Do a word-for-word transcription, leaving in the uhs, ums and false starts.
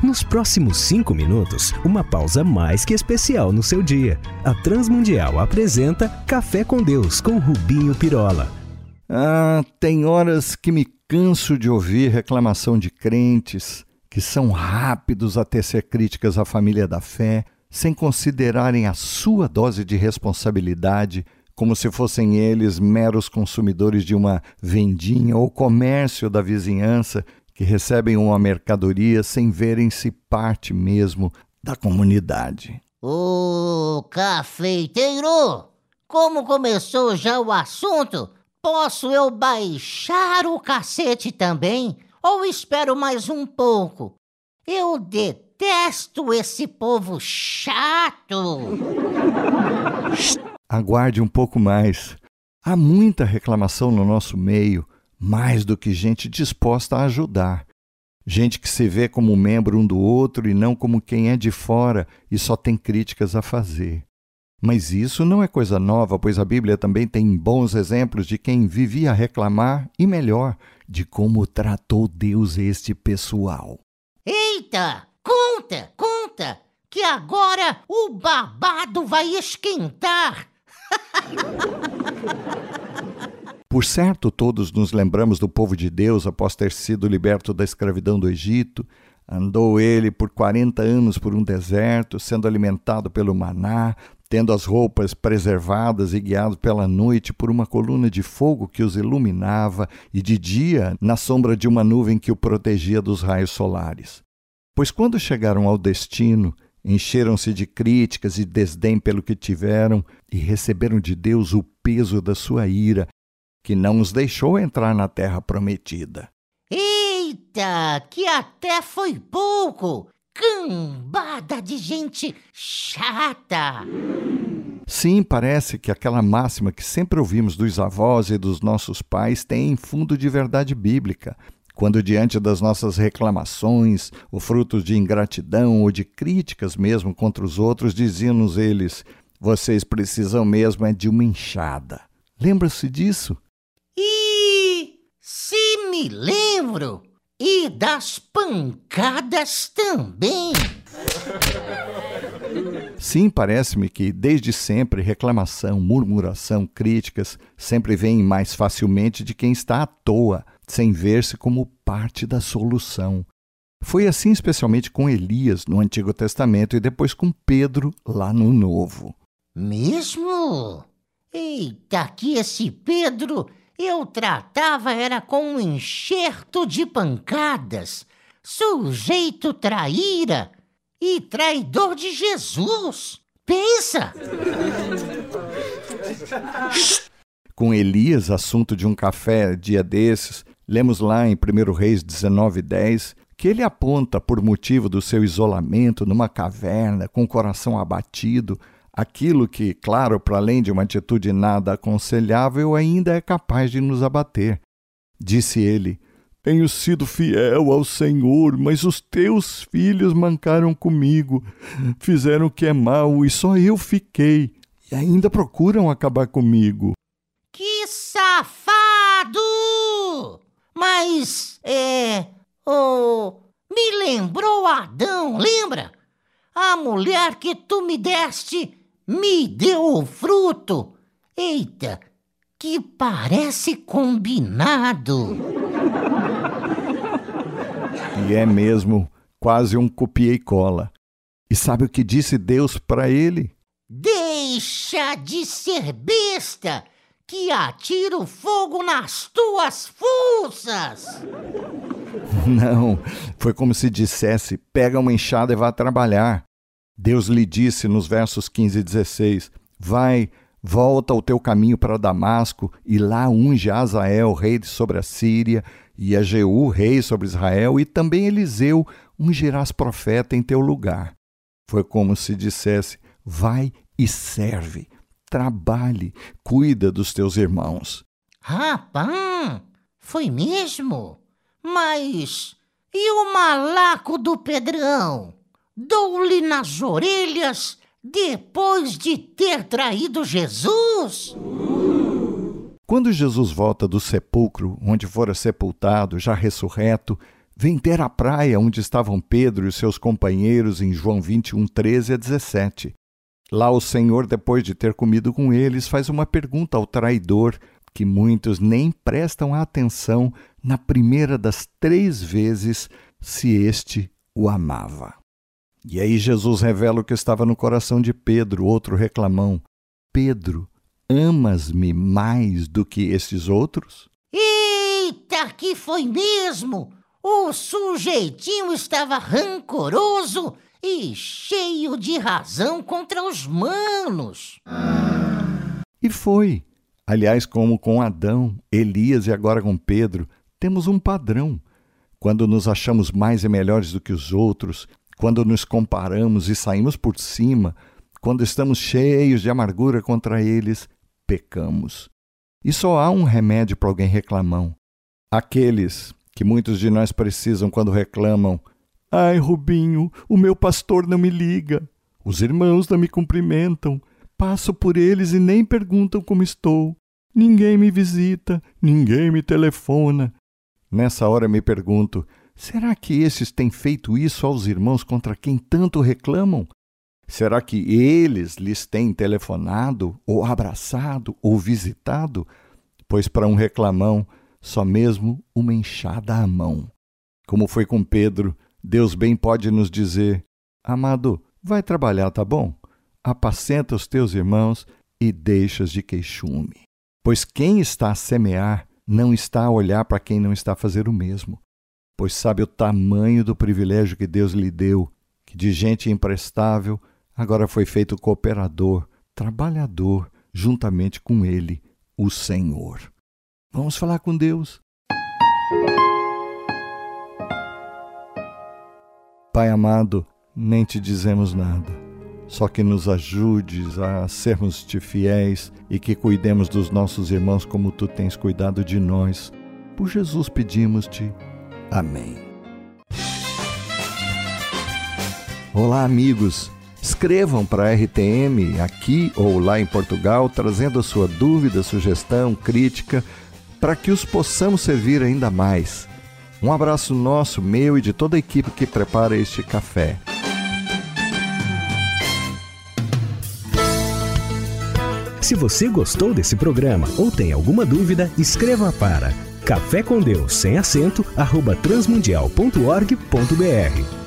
Nos próximos cinco minutos, uma pausa mais que especial no seu dia. A Transmundial apresenta Café com Deus com Rubinho Pirola. Ah, tem horas que me canso de ouvir reclamação de crentes que são rápidos a tecer críticas à família da fé, sem considerarem a sua dose de responsabilidade, como se fossem eles meros consumidores de uma vendinha ou comércio da vizinhança que recebem uma mercadoria sem verem-se parte mesmo da comunidade. Ô, cafeiteiro, como começou já o assunto, posso eu baixar o cacete também? Ou espero mais um pouco? Eu detesto esse povo chato. Aguarde um pouco mais. Há muita reclamação no nosso meio, mais do que gente disposta a ajudar. Gente que se vê como membro um do outro e não como quem é de fora e só tem críticas a fazer. Mas isso não é coisa nova, pois a Bíblia também tem bons exemplos de quem vivia a reclamar e, melhor, de como tratou Deus este pessoal. Eita, conta, conta, que agora o babado vai esquentar. Por certo, todos nos lembramos do povo de Deus após ter sido liberto da escravidão do Egito. Andou ele por quarenta anos por um deserto, sendo alimentado pelo maná, tendo as roupas preservadas e guiado pela noite por uma coluna de fogo que os iluminava e de dia na sombra de uma nuvem que o protegia dos raios solares. Pois quando chegaram ao destino, encheram-se de críticas e desdém pelo que tiveram e receberam de Deus o peso da sua ira, que não os deixou entrar na terra prometida. Eita, que até foi pouco! Cambada de gente chata! Sim, parece que aquela máxima que sempre ouvimos dos avós e dos nossos pais tem fundo de verdade bíblica. Quando diante das nossas reclamações, ou frutos de ingratidão ou de críticas mesmo contra os outros, diziam-nos eles, vocês precisam mesmo é de uma enxada. Lembra-se disso? E se me lembro, e das pancadas também. Sim, parece-me que desde sempre reclamação, murmuração, críticas sempre vêm mais facilmente de quem está à toa, sem ver-se como parte da solução. Foi assim especialmente com Elias no Antigo Testamento e depois com Pedro lá no Novo. Mesmo? Eita, que esse Pedro eu tratava era com um enxerto de pancadas, sujeito traíra e traidor de Jesus. Pensa! Com Elias, assunto de um café dia desses, lemos lá em primeiro Reis dezenove, dez, que ele aponta, por motivo do seu isolamento numa caverna, com o coração abatido, aquilo que, claro, para além de uma atitude nada aconselhável, ainda é capaz de nos abater. Disse ele, tenho sido fiel ao Senhor, mas os teus filhos mancaram comigo, fizeram o que é mal e só eu fiquei, e ainda procuram acabar comigo. Que safado! Mas, é... Oh, me lembrou Adão, lembra? A mulher que tu me deste me deu o fruto. Eita, que parece combinado. E é mesmo quase um copia e cola. E sabe o que disse Deus para ele? Deixa de ser besta, que atiro fogo nas tuas fuças. Não, foi como se dissesse, pega uma enxada e vá trabalhar. Deus lhe disse nos versos quinze e dezesseis, vai, volta ao teu caminho para Damasco, e lá unge a Azael, rei sobre a Síria, e a Jeú, rei sobre Israel, e também Eliseu, ungirás profeta em teu lugar. Foi como se dissesse, vai e serve, trabalhe, cuida dos teus irmãos. Rapaz, foi mesmo? Mas e o malaco do Pedrão? Dou-lhe nas orelhas depois de ter traído Jesus? Quando Jesus volta do sepulcro, onde fora sepultado, já ressurreto, Vem ter a praia onde estavam Pedro e os seus companheiros em João vinte e um, treze a dezessete. Lá o Senhor, depois de ter comido com eles, faz uma pergunta ao traidor, que muitos nem prestam atenção na primeira das três vezes se este o amava. E aí Jesus revela o que estava no coração de Pedro, outro reclamão. Pedro, amas-me mais do que esses outros? Eita, que foi mesmo! O sujeitinho estava rancoroso e cheio de razão contra os manos. E foi. Aliás, como com Adão, Elias e agora com Pedro, temos um padrão. Quando nos achamos mais e melhores do que os outros, quando nos comparamos e saímos por cima, quando estamos cheios de amargura contra eles, pecamos. E só há um remédio para alguém reclamão. Aqueles que muitos de nós precisam quando reclamam: ai, Rubinho, o meu pastor não me liga, os irmãos não me cumprimentam, passo por eles e nem perguntam como estou, ninguém me visita, ninguém me telefona. Nessa hora me pergunto, será que esses têm feito isso aos irmãos contra quem tanto reclamam? Será que eles lhes têm telefonado, ou abraçado, ou visitado? Pois para um reclamão, só mesmo uma enxada à mão. Como foi com Pedro, Deus bem pode nos dizer: amado, vai trabalhar, tá bom? Apacenta os teus irmãos e deixas de queixume. Pois quem está a semear não está a olhar para quem não está a fazer o mesmo. Pois sabe o tamanho do privilégio que Deus lhe deu, que de gente imprestável agora foi feito cooperador, trabalhador, juntamente com Ele, o Senhor. Vamos falar com Deus. Pai amado, nem te dizemos nada, só que nos ajudes a sermos-te fiéis e que cuidemos dos nossos irmãos como tu tens cuidado de nós. Por Jesus pedimos-te. Amém. Olá, amigos. Escrevam para a R T M aqui ou lá em Portugal, trazendo a sua dúvida, sugestão, crítica, para que os possamos servir ainda mais. Um abraço nosso, meu e de toda a equipe que prepara este café. Se você gostou desse programa ou tem alguma dúvida, escreva para café com Deus sem acento arroba transmundial ponto org ponto br.